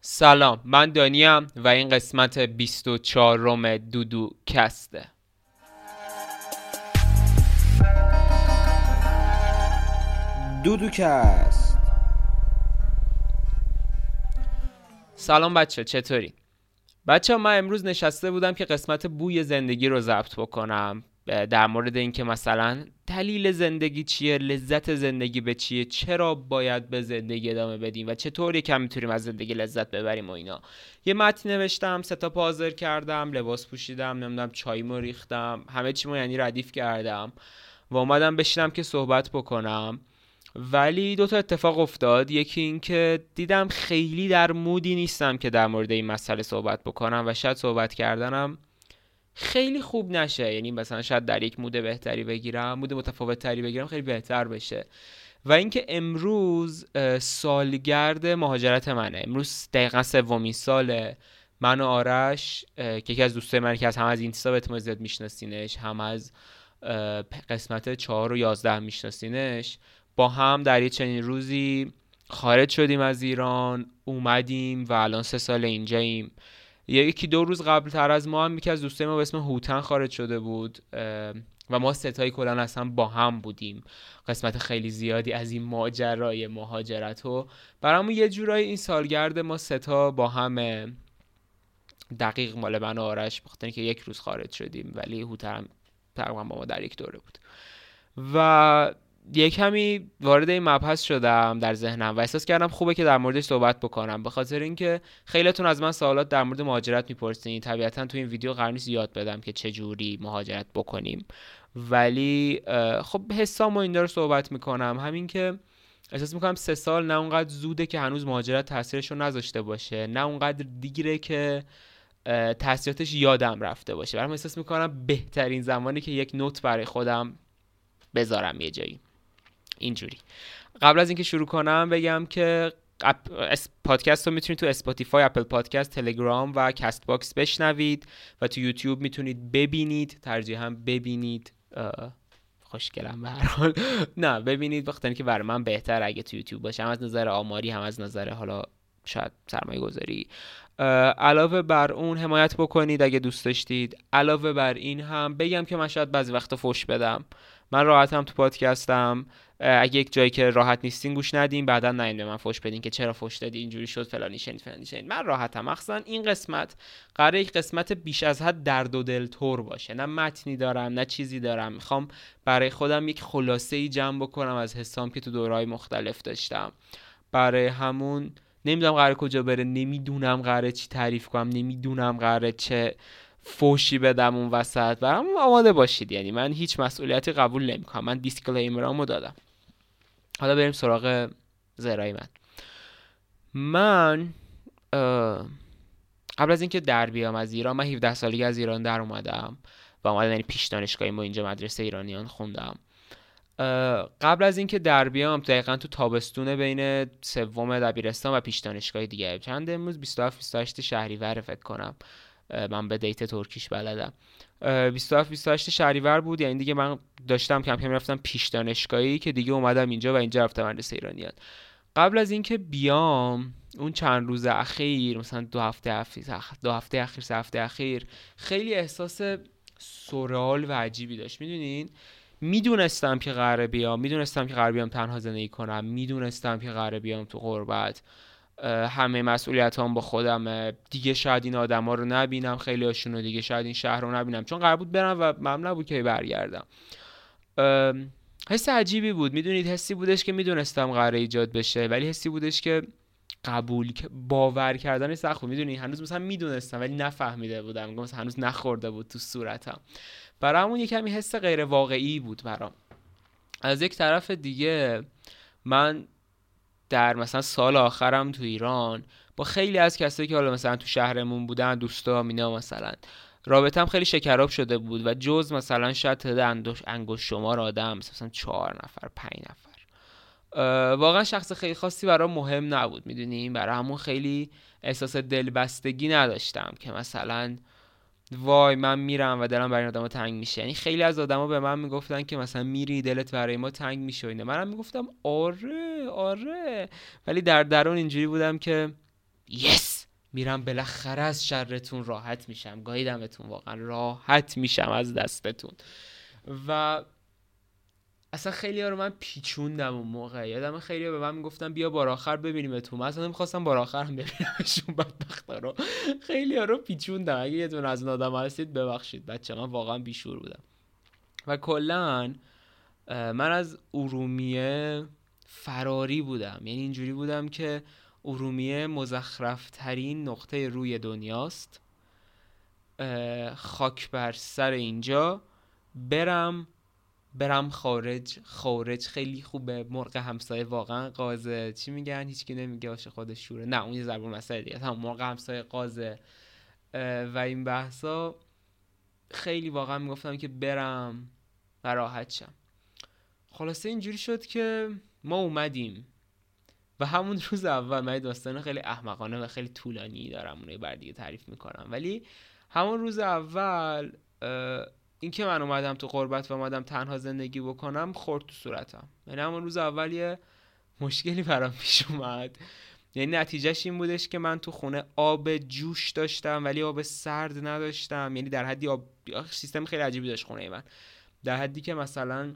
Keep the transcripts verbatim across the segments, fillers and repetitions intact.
سلام، من دانیم و این قسمت بیست و چهارم دودو کسته. دودوکست. سلام بچه، چطوری؟ بچه من امروز نشسته بودم که قسمت بوی زندگی رو ضبط بکنم، در مورد این که مثلا دلیل زندگی چیه، لذت زندگی به چیه، چرا باید به زندگی ادامه بدیم و چطوری که میتونیم از زندگی لذت ببریم و اینا. یه متن نوشتم، ستاپ حاضر کردم، لباس پوشیدم، نمیدونم چایمو ریختم، همه چیمو یعنی ردیف کردم و اومدم بشینم که صحبت بکنم. ولی دو تا اتفاق افتاد. یکی این که دیدم خیلی در مودی نیستم که در مورد این مسئله صحبت بکنم و شاید صحبت کردنم خیلی خوب نشه، یعنی مثلا شاید در یک مود بهتری بگیرم، مود متفاوت تری بگیرم، خیلی بهتر بشه. و اینکه امروز سالگرد مهاجرت منه. امروز دقیقا سومین ساله. من و آرش که یکی از دوستای من که از هم از اینستا بهتون زیاد میشناسینش، هم از قسمت چهار و یازده میشناسینش، با هم در یه چنین روزی خارج شدیم از ایران، اومدیم و الان سه سال اینجاییم. یکی دو روز قبل تر از ما هم یکی از دوستای ما به اسم هوتن خارج شده بود و ما ستایی کلان اصلا با هم بودیم قسمت خیلی زیادی از این ماجرای مهاجرت. و برامون یه جورایی این سالگرد ما ستا با هم دقیق مال من و آرش، بخاطر که یک روز خارج شدیم ولی هوتن تقریبا با ما در یک دوره بود. و یه کمی وارد این مبحث شدم در ذهنم و احساس کردم خوبه که در موردش صحبت بکنم، به خاطر اینکه خیلیتون از من سوالات در مورد مهاجرت میپرسین. طبیعتا تو این ویدیو قرار نیست یاد بدم که چه جوری مهاجرت بکنیم، ولی خب حسام و این رو صحبت میکنم. همین که احساس میکنم سه سال نه اونقدر زوده که هنوز مهاجرت تاثیرش رو نذاشته باشه، نه اونقدر دیگه که تاثیراتش یادم رفته باشه. برام احساس میکنم بهترین زمانی که یک نوت برای خودم بذارم یه جایی. اینجوری قبل از اینکه شروع کنم بگم که پادکست رو میتونید تو اسپاتیفای، اپل پادکست، تلگرام و کست باکس بشنوید و تو یوتیوب میتونید ببینید، ترجیحاً ببینید. خوشگلم به هر حال نه ببینید، وقتی که برای من بهتر اگه تو یوتیوب باشه، هم از نظر آماری هم از نظر حالا شاید سرمایه گذاری. علاوه بر اون حمایت بکنید اگه دوست داشتید. علاوه بر این هم بگم که من شاید بعضی وقتا فوش بدم. من راحتم تو پادکستم، اگه یک جایی که راحت نیستین گوش ندین، بعدا نین به من فوش بدین که چرا فوش دادی، اینجوری شد، فلانی شنید فلانی شنید. من راحتم. مخصوصا این قسمت قراره یک قسمت بیش از حد درد و دل تور باشه. نه متنی دارم نه چیزی دارم، میخوام برای خودم یک خلاصه‌ای جمع بکنم از حسام که تو دوره‌های مختلف داشتم. برای همون نمیدونم قراره کجا بره، نمیدونم قراره چی تعریف کنم، نمیدونم قراره چه فوشی بدم اون وسط. برام آماده باشید، یعنی من هیچ مسئولیتی قبول نمیکنم. من دیسکلیمرامو دادم. حالا بریم سراغ زرای من. من قبل از اینکه در بیام از ایران، من هفده سالگی از ایران در اومدم و اومدم یعنی پیش دانشگاهی ما اینجا مدرسه ایرانیان خوندم. قبل از اینکه در بیام دقیقاً تو تابستون بین سوم دبیرستان و پیش دانشگاهی دیگه، چند امروز بیست و هفت بیست و هشت شهریور فکر کنم، من به دیت ترکیش بلدم، بیست و هفت بیست و هشت شهریور بود. یعنی دیگه من داشتم کم کم رفتم پیش دانشگاهی که دیگه اومدم اینجا و اینجا رفتم مدرسه ایرانیان. قبل از اینکه بیام اون چند روز اخیر، مثلا دو هفته اخیر دو هفته اخیر سه هفته اخیر، خیلی احساس سورئال و عجیبی داشت. میدونین، میدونستم که قراره بیام، میدونستم که قراره بیام تنها زندگی کنم، میدونستم که قراره بیام تو غربت، همه مسئولیتام با خودمه دیگه. شاید این آدما رو نبینم، خیلی هاشون رو دیگه، شاید این شهر رو نبینم، چون قرار بود برم و من نبود که برگردم. حس عجیبی بود. میدونید، حسی بودش که میدونستم قراره ایجاد بشه، ولی حسی بودش که قبول باور کردن سخت بود. میدونی، هنوز مثلا میدونستم ولی نفهمیده بودم، مثلا هنوز نخورده بود تو صورتم. برامون یه کمی حس غیر واقعی بود برام. از یک طرف دیگه من در مثلا سال آخرم تو ایران با خیلی از کسایی که حالا مثلا تو شهرمون بودن، دوستا اینا، مثلا رابطم خیلی شکراب شده بود و جز مثلا شاید تعداد انگشت شمار آدم، مثلا چهار نفر پنج نفر، واقعا شخص خیلی خاصی برام مهم نبود. میدونیم، برای همون خیلی احساس دلبستگی نداشتم که مثلا وای من میرم و دلم برای این آدما تنگ میشه. یعنی خیلی از آدما به من میگفتن که مثلا میری دلت برای ما تنگ میشه و اینا. منم میگفتم آره آره، ولی در درون اینجوری بودم که یس میرم بالاخره از شرتون راحت میشم، گاهی دمتون واقعا راحت میشم از دستتون. و اصلا خیلی ها رو من پیچوندم اون موقع. یادم خیلی ها به من میگفتن بیا بار آخر ببینیمتون، من اصلا نمیخواستم بار آخر هم ببینمشون. بدبختا رو خیلی ها رو پیچوندم. اگه یه دونه از اون آدم هستید ببخشید بچه، من واقعا بیشور بودم. و کلن من از ارومیه فراری بودم. یعنی اینجوری بودم که ارومیه مزخرف ترین نقطه روی دنیاست، خاک بر سر اینجا، برم برم خارج. خارج خیلی خوبه، مرغ همسایه واقعا قازه، چی میگن هیچکی نمیگه عاشق خودش شوره، نه اون یه زبون مسئله دیگه، هم مرغ همسایه قازه و این بحثا. خیلی واقعا میگفتم که برم و راحت شم. خلاصه اینجوری شد که ما اومدیم و همون روز اول، من داستان خیلی احمقانه و خیلی طولانی دارم اونو بر دیگه تعریف میکنم، ولی همون روز اول این که من اومدم تو غربت و اومدم تنها زندگی بکنم خورد تو صورتم. یعنی همون روز اول یه مشکلی برام پیش اومد. یعنی نتیجهش این بودش که من تو خونه آب جوش داشتم ولی آب سرد نداشتم. یعنی در حدی آب، سیستم خیلی عجیبی داشت خونه من، در حدی که مثلا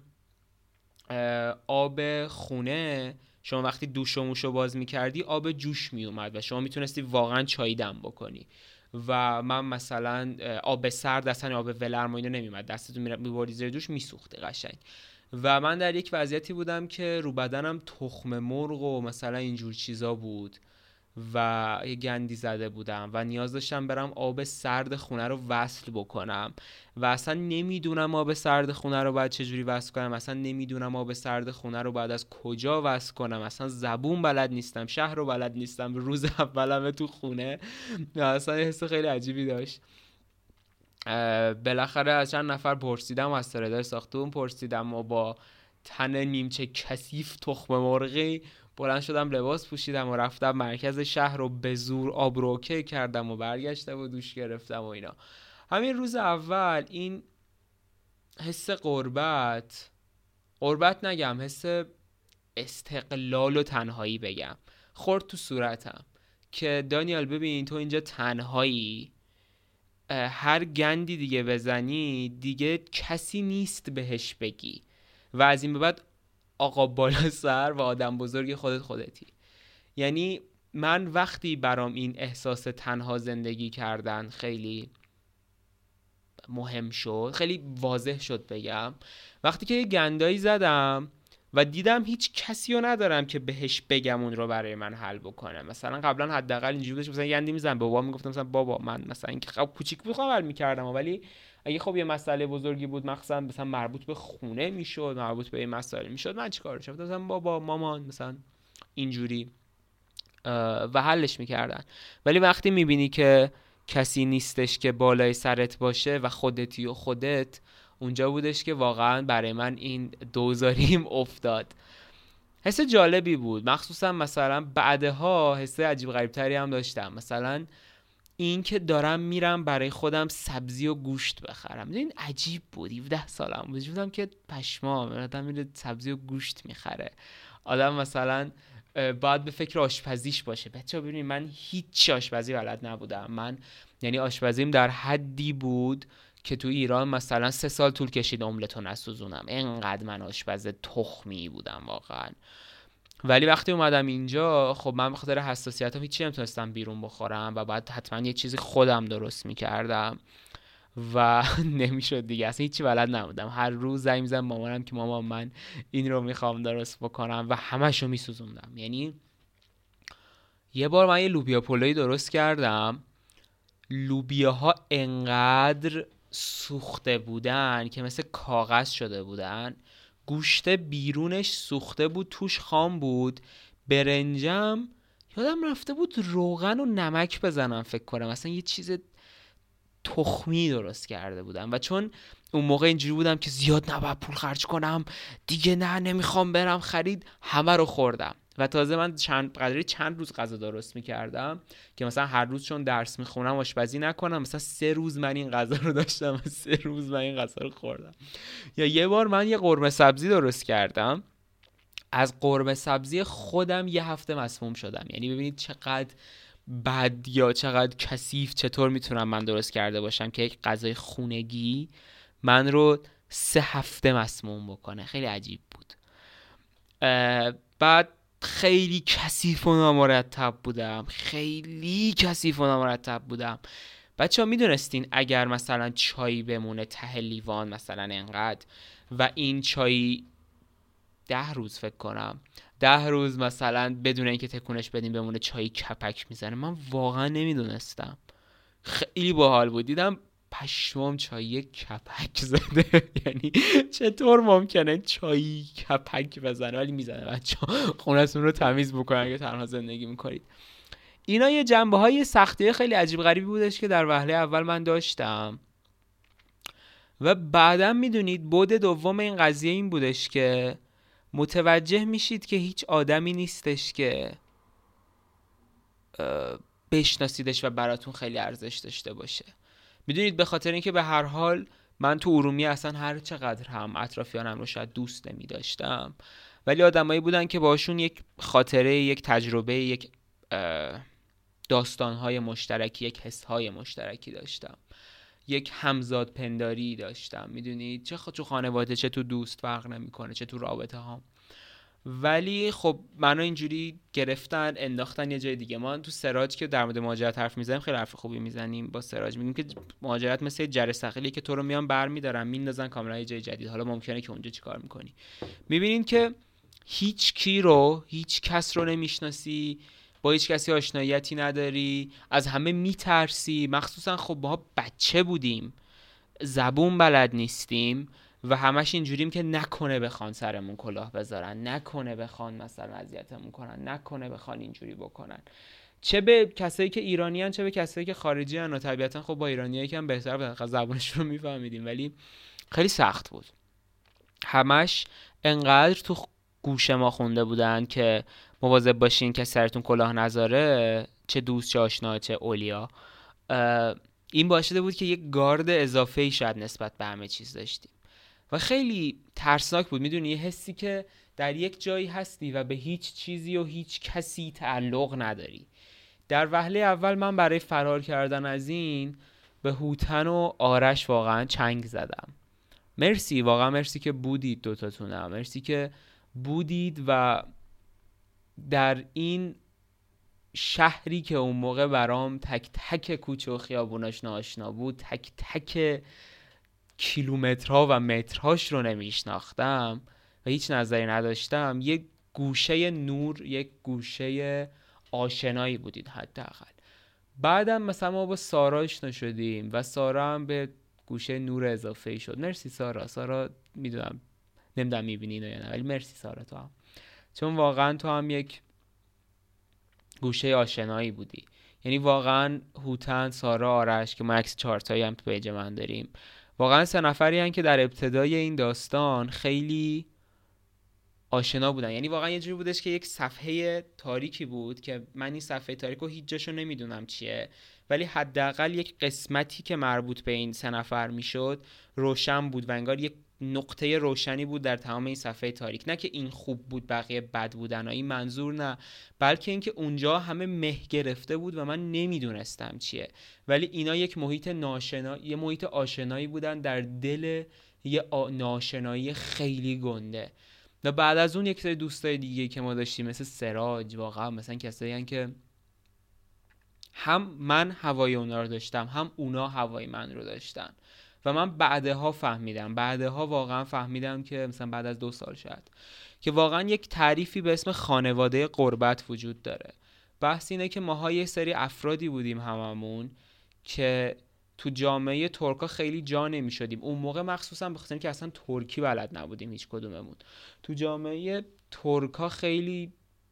آب خونه شما وقتی دوش و موشو باز میکردی آب جوش میومد و شما میتونستی واقعا چای دم بکنی، و من مثلا آب سرد اصلا آب ولرم و اینا نمیومد، دستتون میبردی زیر دوش میسوخته قشنگ. و من در یک وضعیتی بودم که رو بدنم تخم مرغ و مثلا اینجور چیزا بود و یه گندی زده بودم و نیاز داشتم برم آب سرد خونه رو وصل بکنم و اصلا نمیدونم آب سرد خونه رو باید چجوری وصل کنم، اصلا نمیدونم آب سرد خونه رو باید از کجا وصل کنم، اصلا زبون بلد نیستم، شهر رو بلد نیستم، روز اولمه تو خونه، اصلا حس خیلی عجیبی داشت. بالاخره از چند نفر پرسیدم، از سردار ساختمون پرسیدم و با تن نیمچه کثیف تخم مرغی بلند شدم، لباس پوشیدم و رفتم مرکز شهر رو به زور آبروکه کردم و برگشتم و دوش گرفتم و اینا. همین روز اول این حس غربت غربت نگم، حس استقلال و تنهایی بگم، خورد تو صورتم که دانیال ببین تو اینجا تنهایی، هر گندی دیگه بزنی دیگه کسی نیست بهش بگی و از این به بعد آقا بالا سر و آدم بزرگ خودت خودتی. یعنی من وقتی برام این احساس تنها زندگی کردن خیلی مهم شد، خیلی واضح شد بگم، وقتی که یه گندایی زدم و دیدم هیچ کسی رو ندارم که بهش بگم اون رو برای من حل بکنه. مثلا قبلا حداقل اینجوری بودش مثلا گندی میزنم به بابا میگفتم مثلا بابا من مثلا اینکه خب کوچیک بود خب حل میکردم، ولی اگه خب یه مسئله بزرگی بود مثلا مثلا مربوط به خونه میشد، مربوط به این مسائل میشد، من چیکار کنم؟ مثلا بابا مامان مثلا اینجوری و حلش میکردن. ولی وقتی میبینی که کسی نیستش که بالای سرت باشه و خودتی و خودت، اونجا بودش که واقعا برای من این دوزاریم افتاد. حس جالبی بود، مخصوصا مثلا بعدها حس عجیب غریب تری هم داشتم، مثلا این که دارم میرم برای خودم سبزی و گوشت بخرم. این عجیب بود، هفده سالم بود، بودم که پشمام آدم میره سبزی و گوشت میخره. آدم مثلا باید به فکر آشپزیش باشه. بچه‌ها ببینید من هیچ آشپزی بلد نبودم، من یعنی آشپزیم در حدی بود که تو ایران مثلا سه سال طول کشید املتو نسوزونم، اینقدر من آشپز تخمی بودم واقعا. ولی وقتی اومدم اینجا خب من به خاطر حساسیتام هیچی نمیتونستم بیرون بخورم و بعد حتما یه چیزی خودم درست میکردم و نمیشد دیگه، اصلا هیچی بلد نبودم. هر روز زنگ میزدم مامانم که مامان من این رو میخوام درست بکنم و همشو میسوزوندم. یعنی یه بار من یه لوبیا پلویی درست کردم، لوبیاها انقدر سوخته بودن که مثل کاغذ شده بودن، گوشت بیرونش سوخته بود توش خام بود، برنجم یادم رفته بود روغن و نمک بزنم فکر کنم، مثلا یه چیز تخمی درست کرده بودم و چون اون موقع اینجوری بودم که زیاد نباید پول خرج کنم دیگه، نه نمیخوام برم خرید، همه رو خوردم. و تازه من چند قدری چند روز غذا درست میکردم که مثلا هر روز چون درس میخونم آشپزی نکنم، مثلا سه روز من این غذا رو داشتم و سه روز من این غذا رو خوردم. یا یه بار من یه قرمه سبزی درست کردم، از قرمه سبزی خودم یه هفته مسموم شدم. یعنی ببینید چقدر بد یا چقدر کثیف چطور میتونم من درست کرده باشم که یک غذای خونگی من رو سه هفته مسموم بکنه. خیلی عجیب بود. بعد خیلی کثیف و نامرتب بودم، خیلی کثیف و نامرتب بودم. بچه ها میدونستین اگر مثلا چایی بمونه ته لیوان مثلا انقدر و این چای ده روز فکر کنم ده روز مثلا بدون اینکه تکونش بدیم بمونه چای کپک میزنه؟ من واقعا نمیدونستم. خیلی باحال بود. دیدم پشمام چای کپک زده. یعنی چطور ممکنه چای کپک بزنه؟ ولی میزنه. بچه‌ها خونتون رو تمیز بکنن اگه تنها زندگی میکنید. اینا یه جنبه های سختی خیلی عجیب غریبی بودش که در وهله اول من داشتم و بعدم میدونید بعد دوم این قضیه این بودش که متوجه میشید که هیچ آدمی نیستش که بشناسیدش و براتون خیلی ارزش داشته باشه. میدونید به خاطر اینکه به هر حال من تو ارومیه اصلا هر چقدر هم اطرافیانم رو شاید دوست نمی داشتم، ولی آدمایی بودن که باشون یک خاطره، یک تجربه، یک داستانهای مشترکی، یک حسهای مشترکی داشتم، یک همزاد پنداری داشتم. میدونید چه تو خانواده چه تو دوست فرق نمیکنه، چه تو رابطه ها. ولی خب منو اینجوری گرفتن انداختن یه جای دیگه. ما تو سراج که در مورد مهاجرت حرف میزنیم خیلی حرف خوبی میزنیم با سراج، میگیم که مهاجرت مثل جره ثقیلی که تو رو میان برمیدارن میندازن کاملا یه جای جدید. حالا ممکنه که اونجا چیکار میکنی؟ میبینین که هیچ کی رو، هیچ کس رو نمیشناسی، با هیچ کسی آشناییتی نداری، از همه میترسی. مخصوصا خب ما بچه بودیم، زبون بلد نیستیم و همش اینجوریم که نکنه بخوان سرمون کلاه بذارن، نکنه بخوان مثلا اذیتمون کنن، نکنه بخوان اینجوری بکنن. چه به کسایی که ایرانیان چه به کسایی که خارجی ان. و طبیعتا خب با ایرانیایی که هم بهتر بودن، زبونشون رو میفهمیدیم، ولی خیلی سخت بود. همش انقدر تو گوش ما خونده بودن که مواظب باشین که سرتون کلاه نذاره، چه دوست چه آشنا چه اولیا. این باعث شده بود که یک گارد اضافه‌ای شاید نسبت به همه چیز داشتیم و خیلی ترسناک بود. میدونی یه حسی که در یک جایی هستی و به هیچ چیزی و هیچ کسی تعلق نداری. در وهله اول من برای فرار کردن از این به هوتن و آرش واقعا چنگ زدم. مرسی، واقعا مرسی که بودید دوتاتونم، مرسی که بودید و در این شهری که اون موقع برام تک تک کوچه و خیابوناش ناآشنا بود، تک تک کیلومترها و مترهاش رو نمیشناختم و هیچ نظری نداشتم، یک گوشه نور، یک گوشه آشنایی بودید حداقل. بعدم مثلا ما با سارا آشنا شدیم و سارا هم به گوشه نور اضافه‌ای شد. مرسی سارا. سارا میدونم نمیدونم میبینی اینو یا نه، ولی مرسی سارا تو هم، چون واقعا تو هم یک گوشه آشنایی بودی. یعنی واقعا هوتن، سارا، آرش که ما عکس چهارتایی هم تو پیج من داریم، واقعا سه نفری هن که در ابتدای این داستان خیلی آشنا بودن. یعنی واقعا یه جوری بودش که یک صفحه تاریکی بود که من این صفحه تاریک رو هیچ جاشو نمیدونم چیه، ولی حداقل یک قسمتی که مربوط به این سه نفر میشد روشن بود و انگار یک نقطه روشنی بود در تمام این صفحه تاریک. نه که این خوب بود بقیه بد بودن، این منظور نه، بلکه اینکه اونجا همه مه گرفته بود و من نمیدونستم چیه، ولی اینا یک محیط ناشنا، یه محیط آشنایی بودن در دل یه ناشنایی خیلی گنده. و بعد از اون یک سری دوستای دیگه که ما داشتیم مثل سراج، واقعا مثلا کسایی هن که هم من هوای اونا رو داشتم هم اونا هوای من رو داشتن و من بعدها فهمیدم بعدها واقعا فهمیدم که مثلا بعد از دو سال شاید که واقعا یک تعریفی به اسم خانواده غربت وجود داره. بحث اینه که ماها یه سری افرادی بودیم هممون که تو جامعه ترکا خیلی جا نمی شدیم اون موقع، مخصوصا به خاطر اینکه اصلا ترکی بلد نبودیم هیچ کدوممون. تو جامعه ترکا خیلی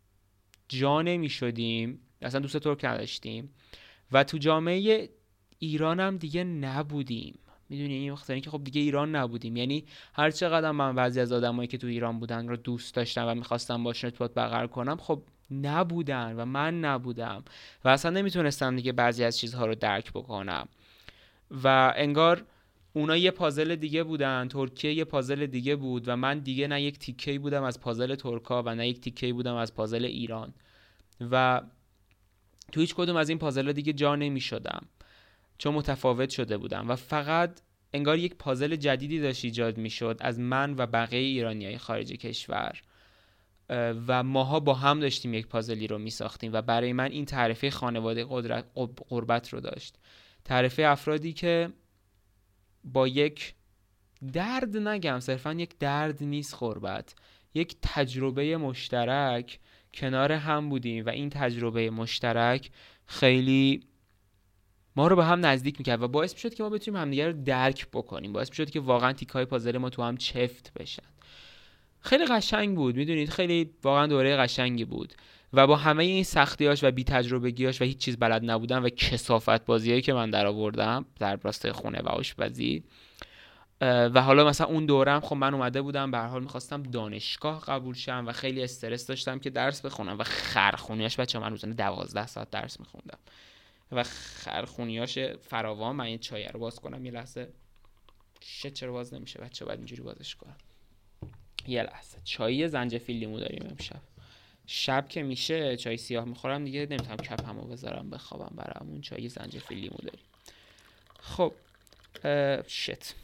جا نمی شدیم، اصلا دوست ترک نداشتیم و تو جامعه ایران هم دیگه نبودیم. میدونی این وقتی که خب دیگه ایران نبودیم، یعنی هر چقدر من بعضی از آدمایی که تو ایران بودن رو دوست داشتم و می‌خواستم باشون ارتباط برقرار کنم، خب نبودن و من نبودم و اصلا نمیتونستم دیگه بعضی از چیزها رو درک بکنم و انگار اونا یه پازل دیگه بودن، ترکیه یه پازل دیگه بود و من دیگه نه یک تیکه‌ای بودم از پازل ترکا و نه یک تیکه‌ای بودم از پازل ایران. و تو هیچ کدوم از این پازل‌ها دیگه جا نمی‌شدم چون متفاوت شده بودم و فقط انگار یک پازل جدیدی داشت ایجاد میشد از من و بقیه ایرانیای خارج کشور و ماها با هم داشتیم یک پازلی رو میساختیم و برای من این تعریف خانواده قدرت غربت رو داشت. تعریف افرادی که با یک درد، نگم صرفا یک درد نیست غربت، یک تجربه مشترک کنار هم بودیم و این تجربه مشترک خیلی ما رو به هم نزدیک میکرد و باعث میشد که ما بتونیم همدیگه رو درک بکنیم، باعث میشد که واقعا تیکای پازل ما تو هم چفت بشن. خیلی قشنگ بود، میدونید خیلی واقعا دوره قشنگی بود و با همه این سختیاش و بی تجربگیاش و هیچ چیز بلد نبودن و کثافت بازیایی که من در آوردم در راستای خونه و آشپزی و حالا مثلا اون دورم خب من اومده بودم به هر حال می‌خواستم دانشگاه قبول شم و خیلی استرس داشتم که درس بخونم و خرخونیاش بچه‌ها من روزانه دوازده ساعت درس می‌خوندم و خرخونیاش فراوان. من این چای رو باز کنم یه لحظه، شت چرا باز نمیشه بچه‌ها؟ بعد اینجوری بازش کنم. یه لحظه، چای زنجفیل لیمو داریم امشب. شب که میشه چای سیاه میخورم دیگه، نمیتونم کپمو بذارم بخوابم، برامون چای زنجفیل لیمو داریم. خب شت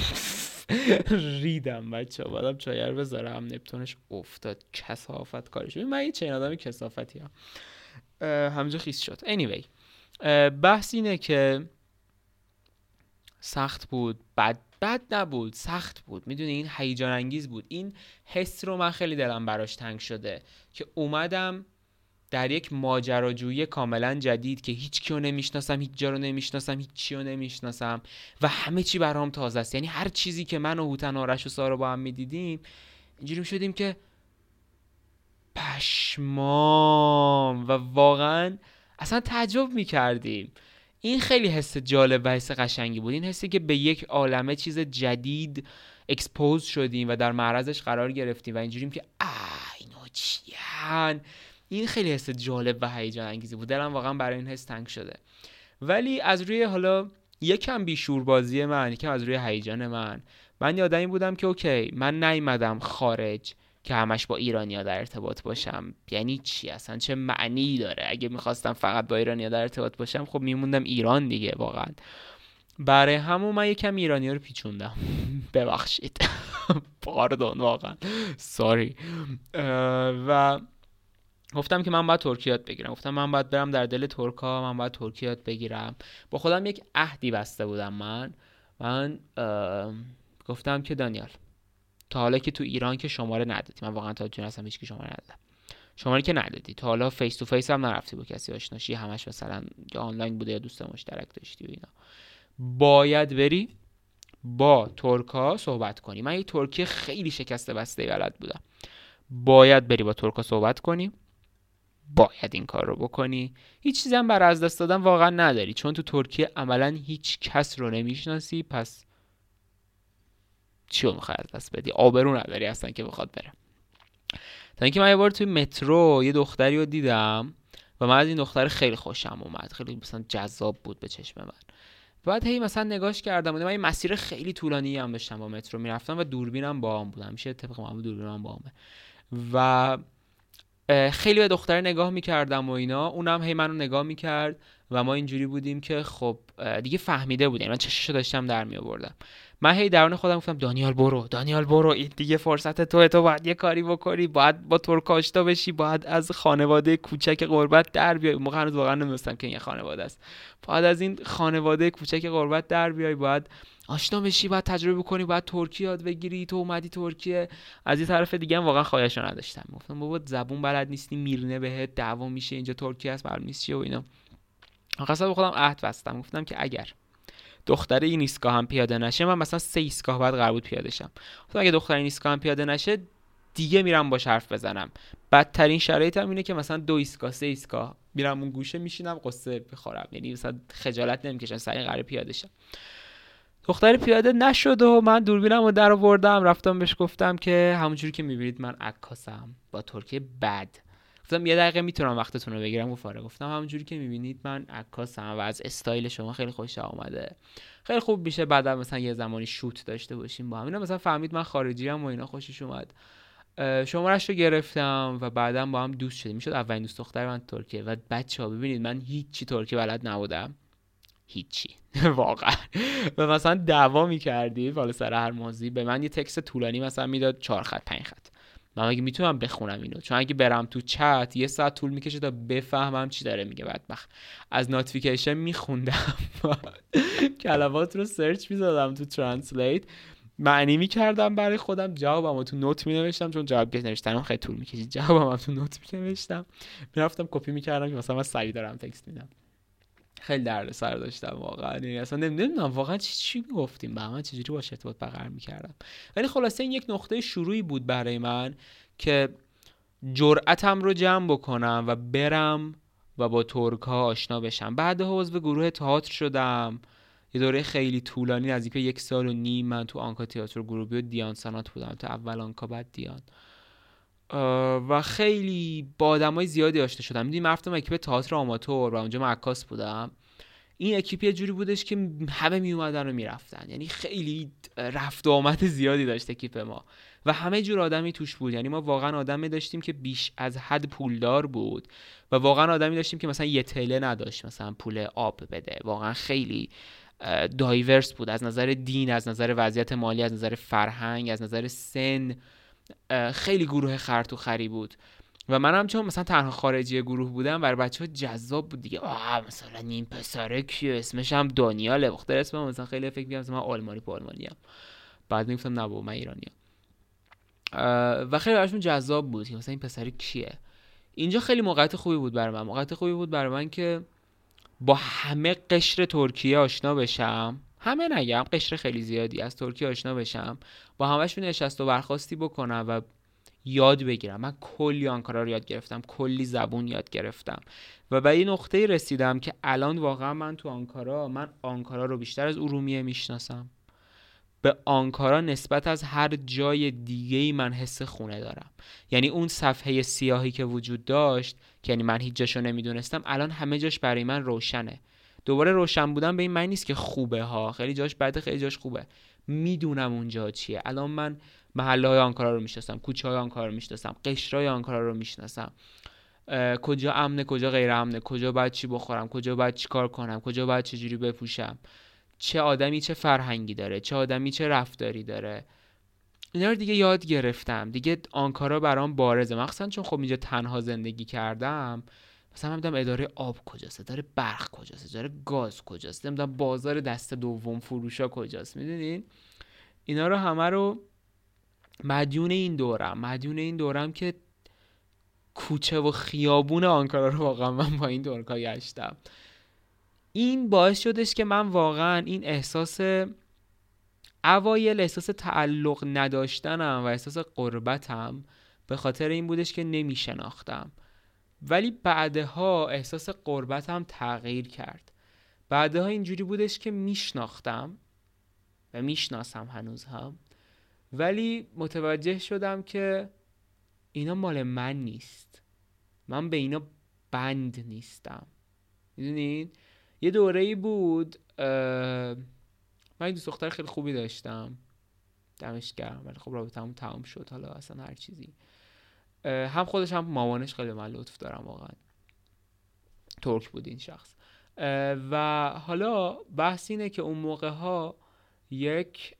ریدم بچه‌ها، بعدم چای رو بذارم نپتونش افتاد، کثافت کارش. من یه چنین آدم کثافتی ام، همونجا خیس شد. anyway بحث اینه که سخت بود، بد بد نبود، سخت بود، میدونی این هیجان انگیز بود. این حس رو من خیلی دلم براش تنگ شده که اومدم در یک ماجراجویی کاملا جدید که هیچ کیو نمیشناسم، هیچ جا رو نمیشناسم، هیچ چی رو نمیشناسم و همه چی برام تازه است. یعنی هر چیزی که من و هوتن آرش و سارا با هم میدیدیم اینجوری میشدیم که پشمام و واقعا اصلا تعجب میکردیم. این خیلی حس جالب و حس قشنگی بود، این حسی که به یک عالمه چیز جدید اکسپوز شدیم و در معرضش قرار گرفتیم و اینجوریم که آه اینا چیان. این خیلی حس جالب و هیجان انگیزی بود، دلم واقعا برای این حس تنگ شده. ولی از روی حالا یکم بیشوربازی من، یکم از روی هیجان من، من یادمی بودم که اوکی من نیومدم خارج که همش با ایرانیا در ارتباط باشم. یعنی چی اصلا؟ چه معنی داره؟ اگه میخواستم فقط با ایرانیا در ارتباط باشم خب میموندم ایران دیگه. واقعا برای همون من یکم ایرانیا رو پیچوندم ببخشید پاردون، واقعا ساری. و گفتم که من باید ترکی یاد بگیرم، گفتم من باید برم در دل ترکا، من باید ترکی یاد بگیرم. با خودم یک عهدی بسته بودم. من من گفتم که دانیال تا حالا که تو ایران که شماره ندادی، من واقعا تا جون هستم هیچ کی شماره ندادم، شماره که ندادی تا حالا فیس تو فیس هم نرفتی با کسی آشناشی، همش مثلا یا آنلاین بوده یا دوست مشترک داشتی و اینا، باید بری با ترکا صحبت کنی. من یه ترکی خیلی شکسته بسته بلد بودم. باید بری با ترکا صحبت کنی، باید این کار رو بکنی. هیچ چیزی هم برای از دست دادن واقعا نداری چون تو ترکیه عملا هیچ کس رو نمیشناسی، پس چی رو میخوای از دست بدی؟ آبرو نداری اصلا که بخواد بره. تا اینکه من یه بار توی مترو یه دختری رو دیدم و من از این دختر خیلی خوشم اومد، خیلی مثلا جذاب بود به چشم من. بعد هی مثلا نگاش کردم و من یه مسیر خیلی طولانی هم داشتم با مترو میرفتم و دوربینم باهام بود، همیشه طبق معمول دوربینم باهامه و خیلی به دختر نگاه میکردم و اینا، اونم هی منو نگاه میکرد و ما اینجوری بودیم که خب دیگه فهمیده بودیم، من چششو داشتم در میآوردم. من هی درون خودم گفتم دانیال برو، دانیال برو، این دیگه فرصت توئه، تو باید یه کاری بکنی، باید با ترک آشنا بشی، باید از خانواده کوچک غربت در بیای. موقع هنوز واقعا نمی‌دونستم که این خانواده است. باید از این خانواده کوچک غربت در بیای، باید آشنا بشی، باید تجربه کنی، باید ترکی یاد بگیری، تو اومدی ترکیه. از این طرف دیگه هم واقعا خواهشو نداشتم، گفتم بابا زبون بلد نیستی، میرنه بهت دعوا میشه، اینجا ترکیه است معلوم نیست چیه و اینا. اصلا به خودم عهد بستم، گفتم که اگر دختر این ایستگاه هم پیاده نشه، من مثلا سه ایستگاه بعد قرار بود پیاده شم، گفتم اگه دختر این ایستگاه هم پیاده نشه دیگه میرم باش حرف بزنم. بدترین شرایطم اینه که مثلا دو ایستگاه سه ایستگاه میرم اون گوشه میشینم قصه بخورم، یعنی مثلا خجالت نمیکشم سری قرار پیاده شم. دختر پیاده نشد و من دوربینمو در آوردم رفتم بهش گفتم که همونجوری که میبینید من عکاسم با ترکیه بد. گفتم یه دقیقه میتونم وقتتون رو بگیرم؟ گفت آره. گفتم همونجوری که میبینید من عکاسم و از استایل شما خیلی خوشم اومده، خیلی خوب میشه بعدا مثلا یه زمانی شوت داشته باشیم با هم. اینا مثلا فهمید من خارجی ام و اینا، خوشش اومد. شمارش رو گرفتم و بعدم با هم دوست شدیم. میشد اولین دوست دختر من ترکیه. و بچه‌ها ببینید من هیچی ترکی بلد نبودم، هیچی واقعا. و مثلا دعوا می‌کردیم حالا سر هر موضوعی، به من یه تکست طولانی مثلا میداد، چهار خط پنج خط. من مگه میتونم بخونم اینو؟ چون اگه برم تو چت یه ساعت طول میکشه تا بفهمم چی داره میگه. بدبخت از نوتیفیکیشن میخوندم کلمات رو سرچ میزدم تو ترنسلیت، معنی میکردم برای خودم، جوابمو تو نوت مینوشتم، چون جواب نوشتنم خیلی طول میکشید، جوابمو تو نوت مینوشتم، میرفتم کپی میکردم که مثلا من سریع دارم تکست میدم. خیلی درد سر داشتم واقعا. یعنی اصلا نمیدونم واقعا چی چی میگفتیم با هم، چجوری باش ارتباط برقرار میکردم. ولی خلاصه این یک نقطه شروعی بود برای من که جرأتم رو جمع بکنم و برم و با ترک ها آشنا بشم. بعد عضو گروه تئاتر شدم، یه دوره خیلی طولانی نزدیک یک سال و نیم من تو آنکا تئاتر گروهی و دیان سانات بودم، تو اول آنکا بعد دیان، و خیلی با آدمای زیادی آشنا شدم. میدونی من رفتم اکیپ تئاتر آماتور و اونجا من عکاس بودم. این اکیپ یه جوری بودش که همه می اومدن و میرفتن، یعنی خیلی رفت و آمد زیادی داشت اکیپ ما و همه جور آدمی توش بود. یعنی ما واقعا آدمی داشتیم که بیش از حد پولدار بود و واقعا آدمی داشتیم که مثلا یه تله نداشت مثلا پول آب بده. واقعا خیلی دایورس بود، از نظر دین، از نظر وضعیت مالی، از نظر فرهنگ، از نظر سن. خیلی گروه خرط و خری بود و منم چون مثلا تنها خارجی گروه بودم برای بچه‌ها جذاب بود دیگه. آه مثلا این پسره کیه، اسمش هم دانیاله، بخاطر اسمم مثلا خیلی فکر می‌کردم مثلا من آلمانی په آلمانیام، بعد میگفتم نه بابا من ایرانیام. و خیلی براشون جذاب بود که مثلا این پسره کیه. اینجا خیلی موقعیت خوبی بود برای من، موقعیت خوبی بود برای من که با همه قشر ترکیه آشنا بشم، همه نگم قشر خیلی زیادی از ترکیه آشنا بشم، با همه‌شون نشست و برخاستی بکنم و یاد بگیرم. من کلی آنکارا رو یاد گرفتم، کلی زبون یاد گرفتم و به این نقطه رسیدم که الان واقعا من تو آنکارا، من آنکارا رو بیشتر از ارومیه میشناسم. به آنکارا نسبت از هر جای دیگه‌ای من حس خونه دارم. یعنی اون صفحه سیاهی که وجود داشت که یعنی من هیچ جاشو نمیدونستم، الان همه جاش برای من روشنه. دوباره روشن بودن به این معنی نیست که خوبه ها، خیلی جاش بده خیلی جاش خوبه، میدونم اونجا چیه. الان من محله های آنکارا رو میشناسم، کوچه های آنکارا رو میشناسم، قشرهای آنکارا رو میشناسم، کجا امنه کجا غیر امنه، کجا باید چی بخورم، کجا باید چی کار کنم، کجا باید چجوری بپوشم، چه آدمی چه فرهنگی داره، چه آدمی چه رفتاری داره. اینا رو دیگه یاد گرفتم دیگه. آنکارا برام بارزه، مخصوصا چون خب اینجا تنها زندگی کردم. مثلا من میدونم اداره آب کجاست، اداره برق کجاست، اداره گاز کجاست، نمیدونم بازار دست دوم فروشا کجاست. میدونین اینا رو همه رو مدیون این دورم مدیون این دورم که کوچه و خیابون آنکارا رو واقعا من با این دورکا گشتم. این باعث شدش که من واقعا این احساس اوایل احساس تعلق نداشتنم و احساس غربتم به خاطر این بودش که نمیشناختم، ولی بعدها احساس غربتم تغییر کرد. بعدها اینجوری بودش که میشناختم و میشناسم هنوز هم، ولی متوجه شدم که اینا مال من نیست، من به اینا بند نیستم. میدونین یه دوره‌ای بود من دوست دختر خیلی خوبی داشتم، دمش گرم، ولی خب رابطه‌مون تمام شد. حالا اصلا هر چیزی، هم خودش هم مامانش خیلی من لطف دارم، واقعا ترک بود این شخص. و حالا بحث اینه که اون موقع ها یک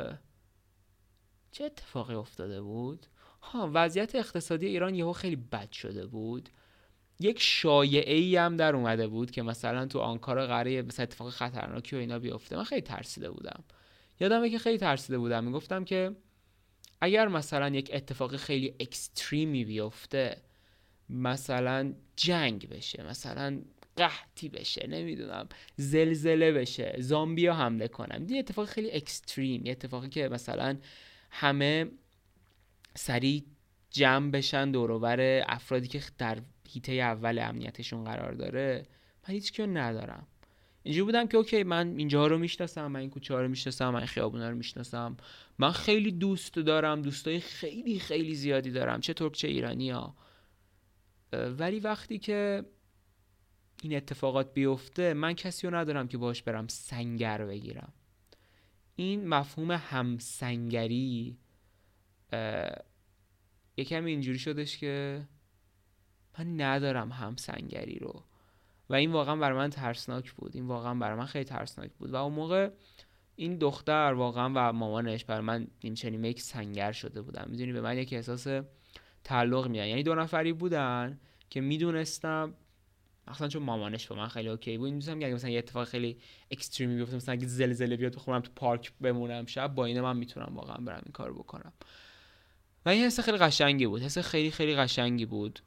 چه اتفاقی افتاده بود؟ ها وضعیت اقتصادی ایران یهو خیلی بد شده بود. یک شایعه‌ای هم در اومده بود که مثلا تو آنکارا قراره مثلا اتفاق خطرناکی و اینا بیفته. من خیلی ترسیده بودم، یادمه که خیلی ترسیده بودم. میگفتم که اگر مثلا یک اتفاق خیلی اکستریمی بیفته، مثلا جنگ بشه، مثلا قحطی بشه، نمیدونم زلزله بشه، زامبیا حمله کنن، این اتفاق خیلی اکستریم، یه اتفاقی که مثلا همه سریع جمع بشن دور و بر افرادی که در هیته اول امنیتشون قرار داره، من هیچ کیو ندارم. اینجوری بودم که اوکی من اینجا رو میشناسم، من این کوچه ها رو میشناسم، من این خیابونا رو میشناسم، من خیلی دوست دارم، دوستای خیلی خیلی زیادی دارم، چه ترک چه ایرانی ها. ولی وقتی که این اتفاقات بیفته، من کسی رو ندارم که باش برم سنگر بگیرم. این مفهوم همسنگری یکم اینجوری شدش که من ندارم همسنگری رو و این واقعا برای من ترسناک بود. این واقعا برای من خیلی ترسناک بود و اون موقع این دختر واقعا و مامانش برای من این چنین یک سنگر شده بودن. میدونی به من یک احساس تعلق میدن. یعنی دو نفری بودن که میدونستم، اصلا چون مامانش با من خیلی اوکی بود، میدونستم که اگه مثلا یه اتفاق خیلی اکستریمی بیفته، مثلا اگه زلزله بیاد بخورم تو پارک بمونم شب، با اینه من میتونم واقعا برم این کارو بکنم. و این حس خیلی قشنگی بود. حس خیلی خیلی قشنگی بود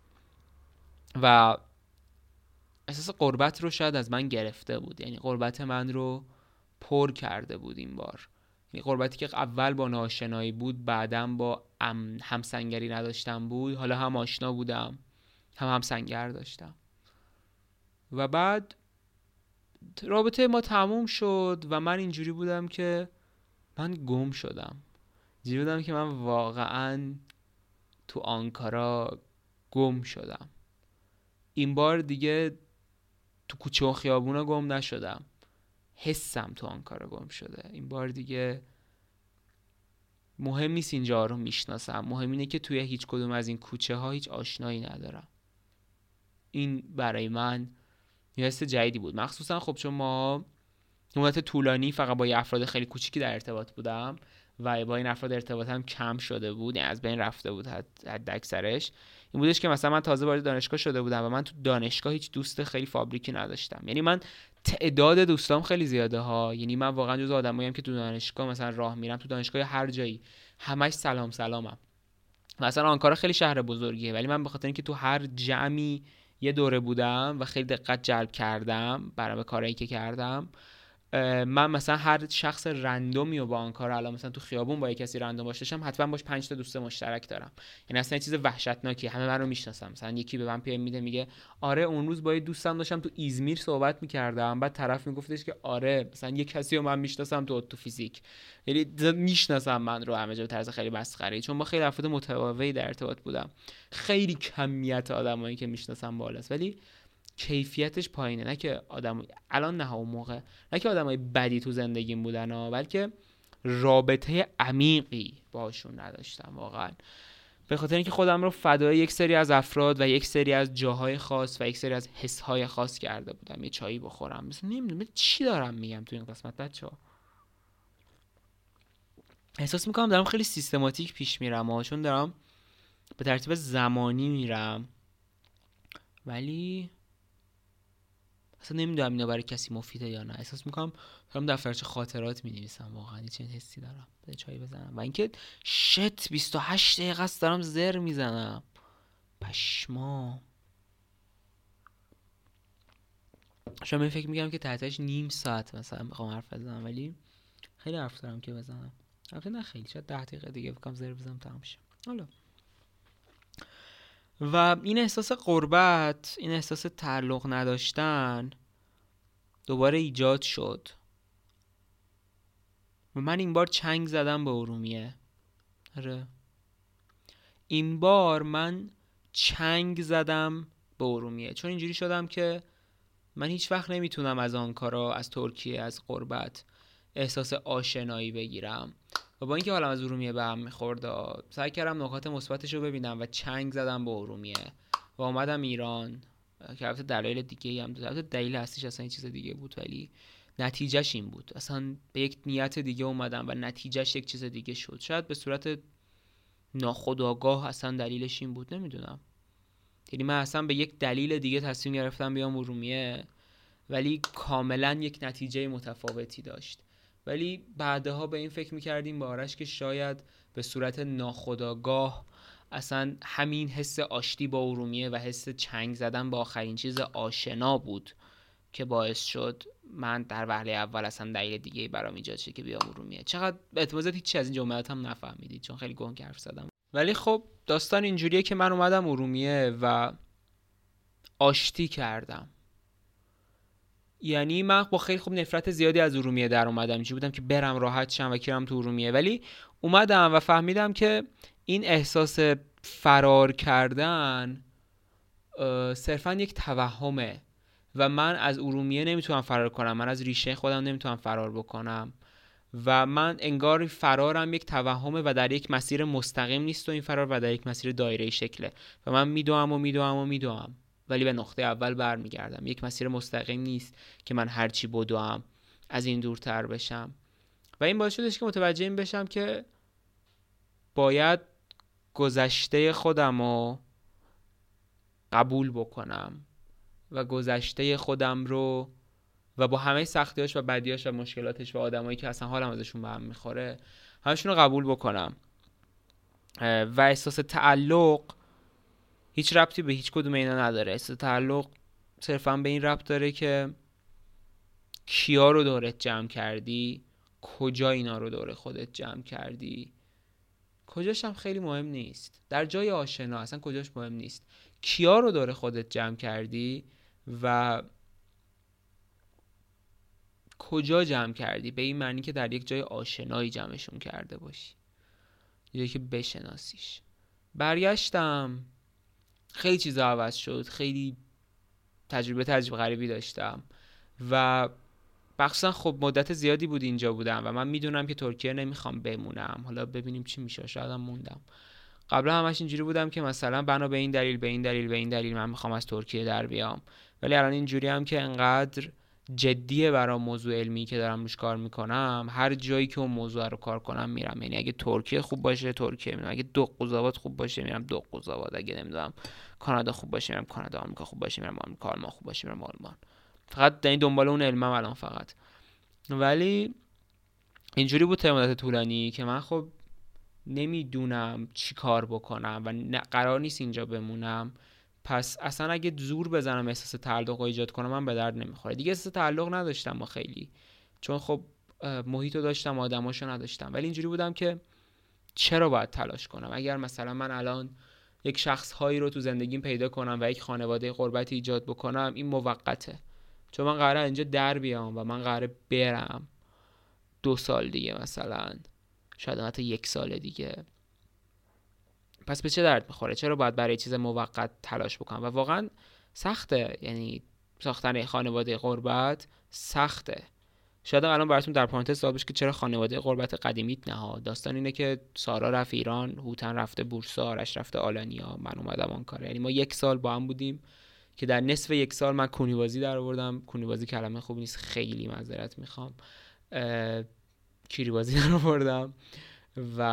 و احساس غربت رو شاید از من گرفته بود. یعنی غربت من رو پر کرده بود این بار. یعنی غربتی که اول با ناآشنایی بود، بعداً با همسنگری نداشتم بود، حالا هم آشنا بودم هم همسنگر داشتم. و بعد رابطه ما تموم شد و من اینجوری بودم که من گم شدم. اینجوری بودم که من واقعاً تو آنکارا گم شدم. این بار دیگه تو کوچه و خیابونا گم نشدم، حسم تو آنکارا گم شده. این بار دیگه مهم نیست اینجا رو میشناسم، مهم اینه که توی هیچ کدوم از این کوچه ها هیچ آشنایی ندارم. این برای من یه حس جدیدی بود، مخصوصا خب چون ما مدت طولانی فقط با یه افراد خیلی کوچیکی در ارتباط بودم و با این افراد ارتباطم کم شده بود، یعنی از بین رفته بود حد اکثرش. این بودش که مثلا من تازه وارد دانشگاه شده بودم و من تو دانشگاه هیچ دوست خیلی فابریکی نداشتم. یعنی من تعداد دوستام خیلی زیاده ها، یعنی من واقعا جزو آدماییم که تو دانشگاه مثلا راه میرم، تو دانشگاه هر جایی همش سلام سلامم. مثلا آنکارا خیلی شهر بزرگیه، ولی من به خاطر اینکه تو هر جمعی یه دوره بودم و خیلی دقت جلب کردم برای کارهایی که کردم، من مثلا هر شخص رندومی رو با آنکارا الان مثلا تو خیابون با یک کسی رندوم باش داشتم، حتما باش پنج تا دوست مشترک دارم. یعنی اصلا یه چیز وحشتناکی، همه من رو میشناسن. مثلا یکی به من پی ام میده میگه آره اون روز با یه دوستم داشتم تو ایزمیر صحبت میکردم، بعد طرف میگفتش که آره مثلا یه کسی رو من میشناسم تو تو فیزیک. یعنی میشناسم من رو همه جا به طرز خیلی مسخره‌ای، چون با خیلی افراد متفاوتی در ارتباط بودم. خیلی کمیت آدمایی که میشناسم بالاست ولی کیفیتش پایینه. نه که آدم الان نه اون موقع نه که آدمای بدی تو زندگیم بودن ها، بلکه رابطه عمیقی باشون نداشتم واقعا، به خاطر اینکه خودم رو فدای یک سری از افراد و یک سری از جاهای خاص و یک سری از حسهای خاص کرده بودم. یه چایی بخورم مثلا، نمیدونم چی دارم میگم تو این قسمت بچه‌ها. احساس میکنم دارم خیلی سیستماتیک پیش میرم ها، چون دارم به ترتیب زمانی میرم، ولی اصلا نمیدونم اینا برای کسی مفیده یا نه. احساس میکنم دارم دفترچه خاطرات مینویسم واقعا. یه چنین حسی دارم. بده چایی بزنم. و اینکه شت بیست و هشت دقیقه است دارم زر میزنم، پشما. شما من فکر میگم که تحتش نیم ساعت مثلا بخوام حرف بزنم، ولی خیلی حرف دارم که بزنم. البته نه خیلی، شاید ده دقیقه دیگه بکنم زر بزنم تمام شه. حالا و این احساس غربت، این احساس تعلق نداشتن دوباره ایجاد شد و من این بار چنگ زدم به ارومیه. آره این بار من چنگ زدم به ارومیه، چون اینجوری شدم که من هیچ وقت نمیتونم از آنکارا، از ترکیه، از غربت احساس آشنایی بگیرم و با اینکه حالا از ارومیه به هم میخورد سعی کردم نکات مثبتش رو ببینم و چنگ زدم به ارومیه و اومدم ایران، که البته دلایل دیگه‌ای هم داشت. البته دلیل اصلیش اصلا چیز دیگه بود، ولی نتیجهش این بود. اصلا به یک نیت دیگه اومدم و نتیجهش یک چیز دیگه شد. شاید به صورت ناخودآگاه اصلا دلیلش این بود، نمیدونم. یعنی من اصلا به یک دلیل دیگه تصمیم گرفتم بیام ارومیه، ولی کاملا یک نتیجه متفاوتی داشت. ولی بعدها به این فکر میکردیم با آرش که شاید به صورت ناخودآگاه اصلا همین حس آشتی با ارومیه و حس چنگ زدن با آخرین چیز آشنا بود که باعث شد من در وهله اول اصلا دلیل دیگه برام ایجاد شه که بیام ارومیه. چقدر اعتماد هیچ از این جملات هم نفهمیدید چون خیلی گنگ حرف زدم. ولی خب داستان اینجوریه که من اومدم ارومیه و آشتی کردم. یعنی من با خیلی خوب نفرت زیادی از ارومیه در اومدم، اینجوری بودم که برم راحت شم و کیرم تو ارومیه، ولی اومدم و فهمیدم که این احساس فرار کردن صرفا یک توهمه و من از ارومیه نمیتونم فرار کنم، من از ریشه خودم نمیتونم فرار بکنم و من انگار فرارم یک توهمه و در یک مسیر مستقیم نیست و این فرار و در یک مسیر دایره‌ای شکله و من میدوام و میدوام و میدوام ولی به نقطه اول برمیگردم. یک مسیر مستقیم نیست که من هرچی بدوام از این دورتر بشم و این باعث شدش که متوجه این بشم که باید گذشته خودم رو قبول بکنم و گذشته خودم رو و با همه سختیاش و بدیاش و مشکلاتش و آدمایی که اصلا حالم ازشون به هم میخوره همشون رو قبول بکنم. و احساس تعلق هیچ ربطی به هیچ کدوم اینا نداره. احساس تعلق صرفا به این ربط داره که کیا رو دورت جمع کردی، کجا اینا رو دور خودت جمع کردی. کجاش هم خیلی مهم نیست، در جای آشنا اصلا کجاش مهم نیست، کیا رو دور خودت جمع کردی و کجا جمع کردی، به این معنی که در یک جای آشنایی جمعشون کرده باشی، یه که بشناسیش. برگشتم خیلی چیزا عوض شد، خیلی تجربه تجربه غریبی داشتم و بخصوصا خب مدت زیادی بود اینجا بودم و من میدونم که ترکیه نمیخوام بمونم، حالا ببینیم چی میشه، شاید هم موندم. قبلا همش اینجوری بودم که مثلا بنا به این دلیل به این دلیل به این دلیل من میخوام از ترکیه در بیام، ولی الان اینجوری هم که انقدر جدیه برای موضوع علمی که دارم روش کار میکنم، هر جایی که اون موضوع رو کار کنم میرم. یعنی اگه ترکیه خوب باشه ترکیه میرم، اگه دو قزاوات خوب باشه میرم دو قزاوات، اگه نمیدونم کانادا خوب باشه میرم کانادا، آمریکا خوب باشه میرم آمریکا، آلمان خوب باشه میرم آلمان. فقط در این دنبال اون علمم الان فقط. ولی اینجوری بود تا مدت طولانی که من خب نمیدونم چی کار بکنم و قرار نیست اینجا بمونم، پس اصلا اگه زور بزنم احساس تعلق رو ایجاد کنم من به درد نمیخوره. دیگه احساس تعلق نداشتم ما خیلی، چون خب محیطو داشتم آدماشو نداشتم، ولی اینجوری بودم که چرا باید تلاش کنم؟ اگر مثلا من الان یک شخص هایی رو تو زندگیم پیدا کنم و یک خانواده غربتی ایجاد بکنم این موقته، چون من قراره اینجا در بیام و من قراره برم دو سال دیگه مثلا، شاید حتی یک سال دیگه. پس به چه درد میخوره؟ چرا باید برای چیز موقت تلاش بکنم؟ و واقعا سخته، یعنی ساختن خانواده غربت سخته. شاید الان براتون در پرانتز سوال بشه که چرا خانواده غربت قدیمیت نه؟ داستان اینه که سارا رفت ایران، هوتن رفته بورسا، آرش رفته آلانیا، من اومدم آنکارا. یعنی ما یک سال با هم بودیم که در نصف یک سال من کونیبازی در آوردم. کونیبازی کلمه خوبی نیست، خیلی معذرت میخوام، کیریبازی در آوردم. و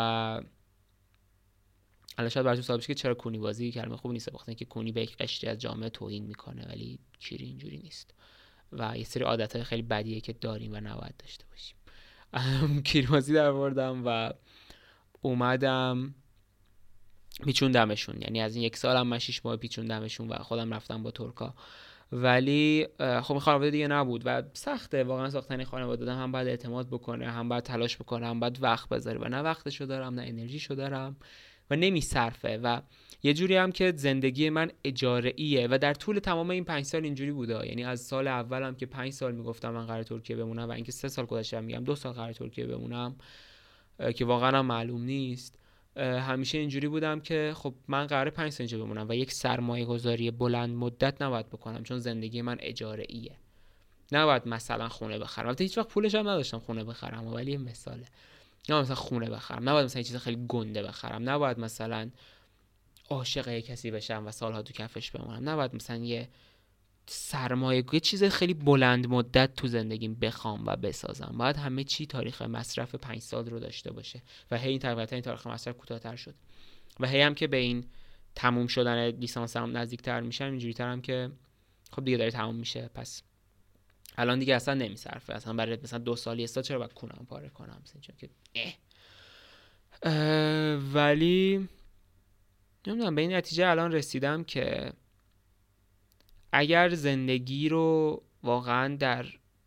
الان شاید براتون سوال بشه که چرا کونیبازی کلمه خوبی نیست، بخاطر اینکه کونی به یک قشری از جامعه توهین میکنه، ولی کیری اینجوری نیست و یه سری عادتهای خیلی بدیه که داریم و نباید داشته باشیم. کیریبازی در آوردم و اومدم پیچوندمشون، یعنی از این یک سالم من شش ماه پیچوندمشون و خودم رفتم با ترکا. ولی خب این خانواده دیگه نبود و سخته واقعا ساختن خانواده دادن، هم باید اعتماد بکنه، هم باید تلاش بکنه، هم باید وقت بذاره و نه وقتشو دارم نه انرژیشو دارم و نمیصرفه. و یه جوری هم که زندگی من اجاره‌ایه و در طول تمام این پنج سال اینجوری بوده، یعنی از سال اولم که پنج سال میگفتم من قراره ترکیه بمونم و اینکه سه سال گذشته میگم دو سال قراره ترکیه بمونم که واقعا هم معلوم نیست، همیشه اینجوری بودم که خب من قراره پنج سال اینجا بمونم و یک سرمایه گذاری بلند مدت نباید بکنم، چون زندگی من اجاره‌ایه، نباید مثلا خونه بخرم. البته هیچ وقت پولش هم نداشتم خونه بخرم، ولی این مثاله، نباید مثلا خونه بخرم، نباید مثلا چیز خیلی گنده بخرم، نباید مثلا عاشق یک کسی بشم و سالها تو کفش بمونم، نباید مثلا یه سرمایه یه چیز خیلی بلند مدت تو زندگیم بخوام و بسازم. باید همه چی تاریخ مصرف پنج سال رو داشته باشه و هی این طبیعتا این تاریخ مصرف کوتاه‌تر شد و هی هم که به این تموم شدن لیسانسم نزدیک‌تر میشم اینجوری ترم که خب دیگه داره تموم میشه، پس الان دیگه اصلا نمیصرفه، اصلا برای مثلا دو سال یه سال چرا باید کونم پاره کنم مثلا، چون که اه. اه ولی نمیدونم به این نتیجه الان رسیدم که اگر زندگی رو واقعا در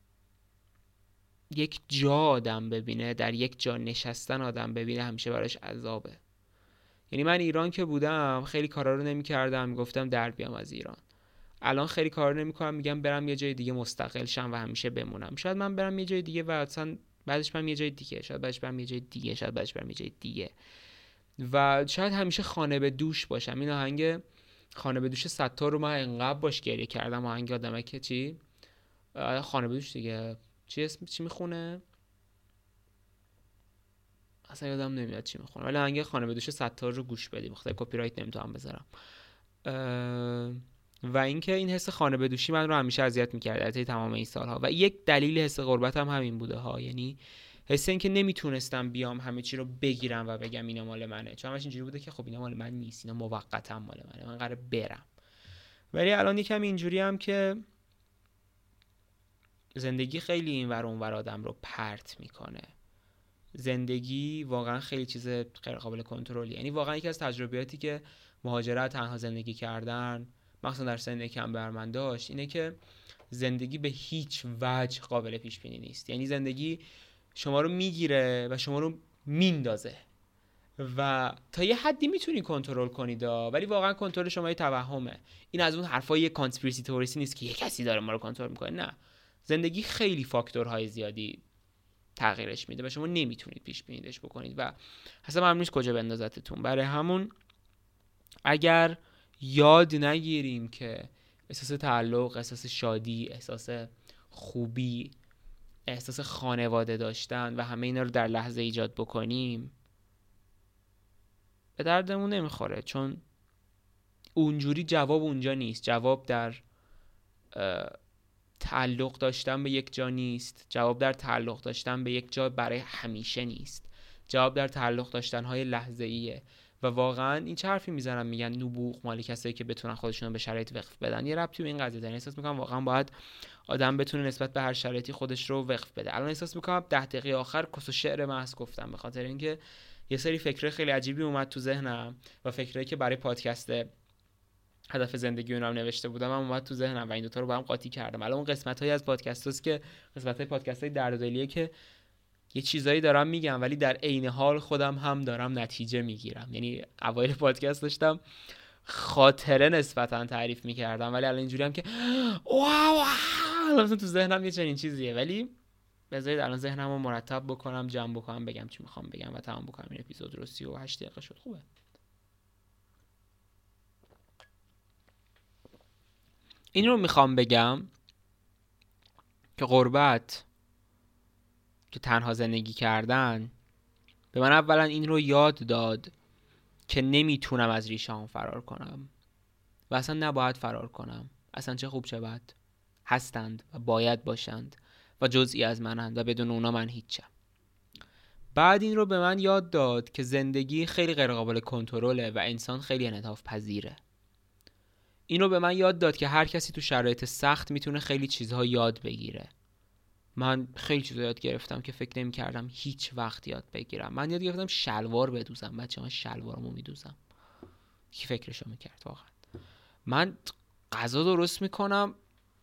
یک جا آدم ببینه، در یک جا نشستن آدم ببینه، همیشه براش عذابه. یعنی من ایران که بودم خیلی کارا رو نمی کردم، میگفتم در بیام از ایران. الان خیلی کارا نمی کنم، میگم برم یه جای دیگه مستقل شم و همیشه بمونم. شاید من برم یه جای دیگه و اصلا بعدش برم یه جای دیگه، شاید بعدش برم یه جای دیگه، شاید بعدش برم یه جای دیگه و شاید همیشه خانه به دوش باشم. این آهنگ خانه به دوش ستار رو من انقدر باش گریه کردم، آهنگ آدمه که چی خانه به دوش دیگه، چی اسم چی میخونه؟ اصلا یادم نمیاد چی میخونم، ولی آهنگ خانه به دوش ستار رو گوش بدید، بخاطر کپی رایت نمیتونم بذارم. و اینکه این حس خانه به دوشی من رو همیشه اذیت می‌کرد در طی تمام این سالها و یک دلیل حس غربت هم همین بوده ها، یعنی حس این که نمیتونستم بیام همه چی رو بگیرم و بگم اینا مال منه، چون همش اینجوری بوده که خب اینا مال من نیست، اینا موقتا مال منه، من قراره برم. ولی الان یکم اینجوری هم که زندگی خیلی اینور اونور آدم رو پرت میکنه. زندگی واقعا خیلی چیز غیر قابل کنترلی، یعنی واقعا یکی از تجربیاتی که مهاجرت، تنها زندگی کردن مخصوصا در سن کم بر من داشت اینه که زندگی به هیچ وجه قابل پیش بینی نیست. یعنی زندگی شما رو میگیره و شما رو میندازه و تا یه حدی میتونی کنترل کنید، ولی واقعا کنترل شما یه توهمه. این از اون حرفای کانسپیرسی تئوریسی نیست که یه کسی داره ما رو کنترل میکنه، نه، زندگی خیلی فاکتورهای زیادی تغییرش میده و شما نمیتونید پیش بینیش بکنید و اصلا معلوم نیست کجا بندازتتون. برای همون اگر یاد نگیریم که احساس تعلق، احساس شادی، احساس خوبی، احساس خانواده داشتن و همه اینا رو در لحظه ایجاد بکنیم، به دردمون نمیخوره، چون اونجوری جواب اونجا نیست. جواب در تعلق داشتن به یک جا نیست، جواب در تعلق داشتن به یک جا برای همیشه نیست، جواب در تعلق داشتن های لحظه ایه. و واقعا این چه حرفی میزنن، میگن نبوغ مالی کسایی که بتونن خودشون رو به شرایط وقف بدن. یه ربطی به این قضیه داره. احساس میکنم واقعا باید آدم بتونه نسبت به هر شرایطی خودش رو وقف بده. الان احساس میکنم ده دقیقه آخر کس و شعر محض گفتم، به خاطر اینکه یه سری فکره خیلی عجیبی اومد تو ذهنم و فکرایی که برای پادکست هدف زندگی اونم نوشته بودم هم اومد تو ذهنم و این دوتا رو با هم قاطی کردم. الان اون قسمت‌هایی از پادکست هست که قسمت‌های پادکست‌های درددلیه که یه چیزایی دارم میگم ولی در عین حال خودم هم دارم نتیجه میگیرم. یعنی اوایل پادکست داشتم خاطره نسبتاً تعریف میکردم ولی الان اینجوری هم که واو مثلا تو ذهنم یه چنین چیزیه، ولی بذارید الان ذهنمو مرتب بکنم، جمع بکنم، بگم چی میخوام بگم و تمام بکنم. این اپیزود رو سی و هشت دقیقه شد. خوبه. این رو میخوام بگم که غربت، که تنها زندگی کردن، به من اولا این رو یاد داد که نمیتونم از ریشه‌ام فرار کنم و اصلا نباید فرار کنم. اصلا چه خوب چه بد هستند و باید باشند و جزئی از منند و بدون اونا من هیچم. بعد این رو به من یاد داد که زندگی خیلی غیر قابل کنترله و انسان خیلی انعطاف پذیره. این رو به من یاد داد که هر کسی تو شرایط سخت میتونه خیلی چیزها یاد بگیره. من خیلی چیزا یاد گرفتم که فکر نمی‌کردم هیچ وقت یاد بگیرم. من یاد گرفتم شلوار بدوزم. بچه من شلوارمو میدوزم. کی فکرشو میکرد واقعا؟ من غذا درست میکنم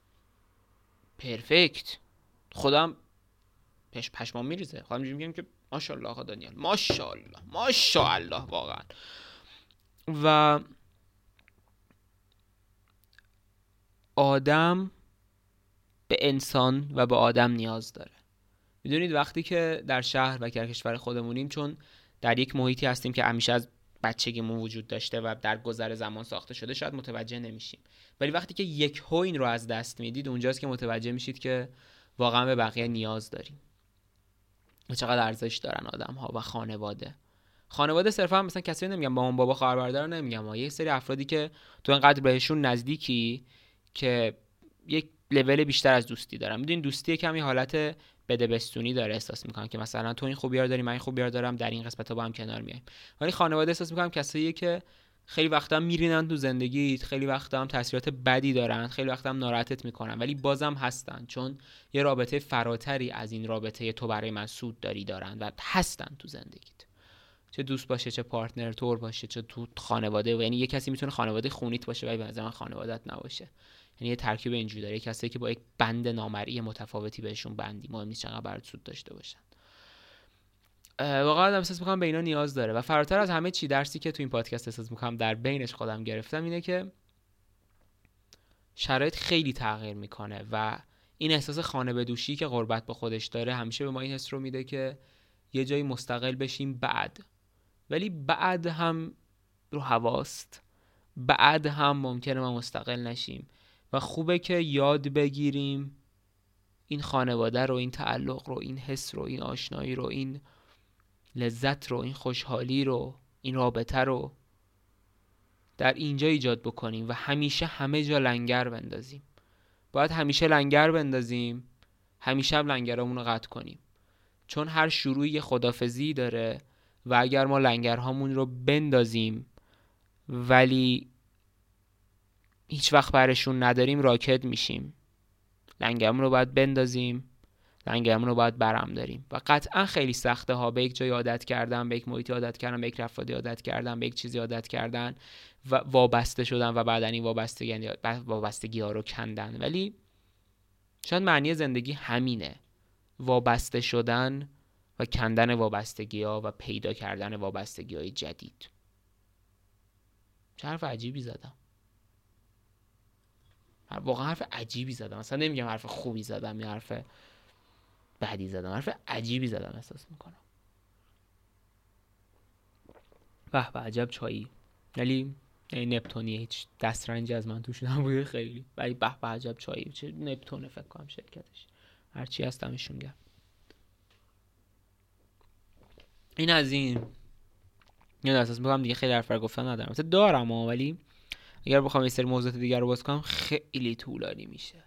پرفکت، خودم پش پشمام میریزه، خودم اینجوری میگم که ماشاءالله آقا دانیال، ماشاءالله ماشاءالله واقعا. و آدم به انسان و به آدم نیاز داره. میدونید وقتی که در شهر و در کشور خودمونیم، چون در یک محیطی هستیم که همیشه از بچگیمون وجود داشته و در گذر زمان ساخته شده، شاید متوجه نمیشیم، ولی وقتی که یک هو این رو از دست میدید اونجاست که متوجه میشید که واقعا به بقیه نیاز داریم و چقدر ارزش دارن آدم ها و خانواده. خانواده صرفا مثلا کسی نمیگم با مام بابا خواهر برادر نمیگم، ما یه سری افرادی که تو انقدر بهشون نزدیکی که یک لول بیشتر از دوستی دارن. میدونین دوستی کمی حالت بده بستونی داره، احساس میکنم که مثلا تو این خوبی‌ها رو داری، من این خوبی‌ها رو دارم، در این قسمت‌ها با هم کنار میایم. ولی خانواده احساس میکنم کساییه که خیلی وقتا میرینن تو زندگیت، خیلی وقتا هم تاثیرات بدی دارن، خیلی وقتا هم ناراحتت میکنن، ولی بازم هستن، چون یه رابطه فراتری از این رابطه تو برای من سود داری دارن و هستن تو زندگیت. چه دوست باشه، چه پارتنر تور باشه، چه تو خانواده. و یعنی یه کسی میتونه خانواده خونیت باشه ولی به نظر من خانواده‌ات نباشه. یعنی یه ترکیب اینجوری داره، کسایی که با یک بند نامرئی متفاوتی بهشون بندی، مهم نیست چقدر برات سود داشته باشن. واقعا آدم احساس میکنم به اینا نیاز داره. و فراتر از همه چی درسی که تو این پادکست احساس میکنم در بینش خودم گرفتم اینه که شرایط خیلی تغییر میکنه و این احساس خانه به دوشی که غربت با خودش داره همیشه به ما این حس رو میده که یه جایی مستقل بشیم بعد، ولی بعد هم رو هواست، بعد هم ممکنه ما مستقل نشیم و خوبه که یاد بگیریم این خانواده رو، این تعلق رو، این حس رو، این آشنایی رو، این لذت رو، این خوشحالی رو، این رابطه رو در اینجا ایجاد بکنیم و همیشه همه جا لنگر بندازیم. باید همیشه لنگر بندازیم، همیشه هم لنگرامون رو قطع کنیم، چون هر شروعی یه خدافزی داره و اگر ما لنگرهامون رو بندازیم ولی هیچ وقت برشون نداریم راکت میشیم. لنگرمون رو باید بندازیم، لنگرمون رو باید برم داریم و قطعا خیلی سخته ها به یک جای عادت کردن، به یک محیطی عادت کردن، به یک رفتاری عادت کردن، به یک چیزی عادت کردن و وابسته شدن و بعدن این وابستگی وابستگی ها رو کندن. ولی شاید معنی زندگی همینه، وابسته شدن و کندن وابستگی ها و پیدا کردن وابستگی های جدید. چه حرف عجیبی زدم، واقعا حرف عجیبی زدم. مثلا نمیگم حرف خوبی زدم یا حرف بعدی زدم، حرف عجیبی زدم احساس میکنم. به به عجب چایی، ولی نپتونی هیچ دسترنجی از من توش نبوده خیلی، ولی به به عجب چایی. چه نپتونه فکر کنم شرکتش، هرچی هستمشون گرم. این از این یه احساس میکنم دیگه خیلی حرف گفتن ندارم، مثلا دارم ها، ولی اگر بخوام یه سری موضوعات دیگر رو باز کنم خیلی طولانی میشه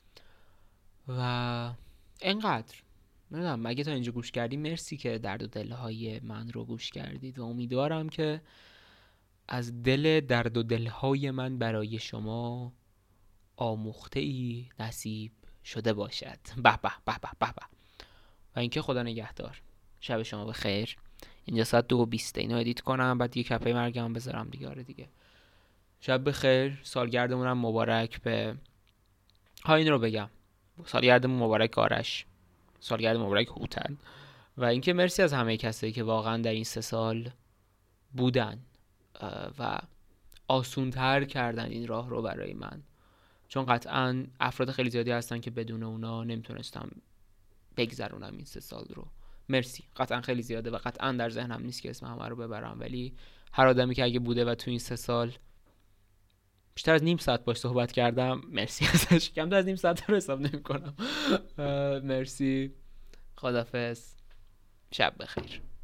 و اینقدر. نمیدونم مگه تا اینجا گوش کردی، مرسی که درد و دلهای من رو گوش کردید و امیدوارم که از دل درد و دلهای من برای شما آموخته ای نصیب شده باشد. به به به به به. و اینکه خدا نگهدار، شب شما بخیر. اینجا ساعت دو و بیسته، اینو ادیت کنم بعد یه کپه مرگم بذارم دیگه. آره دیگه شب بخیر، سالگردمونم مبارک به ها، این رو بگم سالگردمون مبارک آرش، سالگرد مبارک هوتن. و اینکه مرسی از همه کسایی که واقعا در این سه سال بودن و آسونتر کردن این راه رو برای من، چون قطعا افراد خیلی زیادی هستن که بدون اونا نمیتونستم بگذرونم این سه سال رو. مرسی، قطعا خیلی زیاده و قطعا در ذهنم نیست که اسم همه رو ببرم، ولی هر آدمی که اگه بوده و تو این سه سال بیشتر از نیم ساعت باش صحبت کردم، مرسی ازش. کمتر از نیم ساعت رو حساب نمی کنم. مرسی، خدافظ، شب بخیر.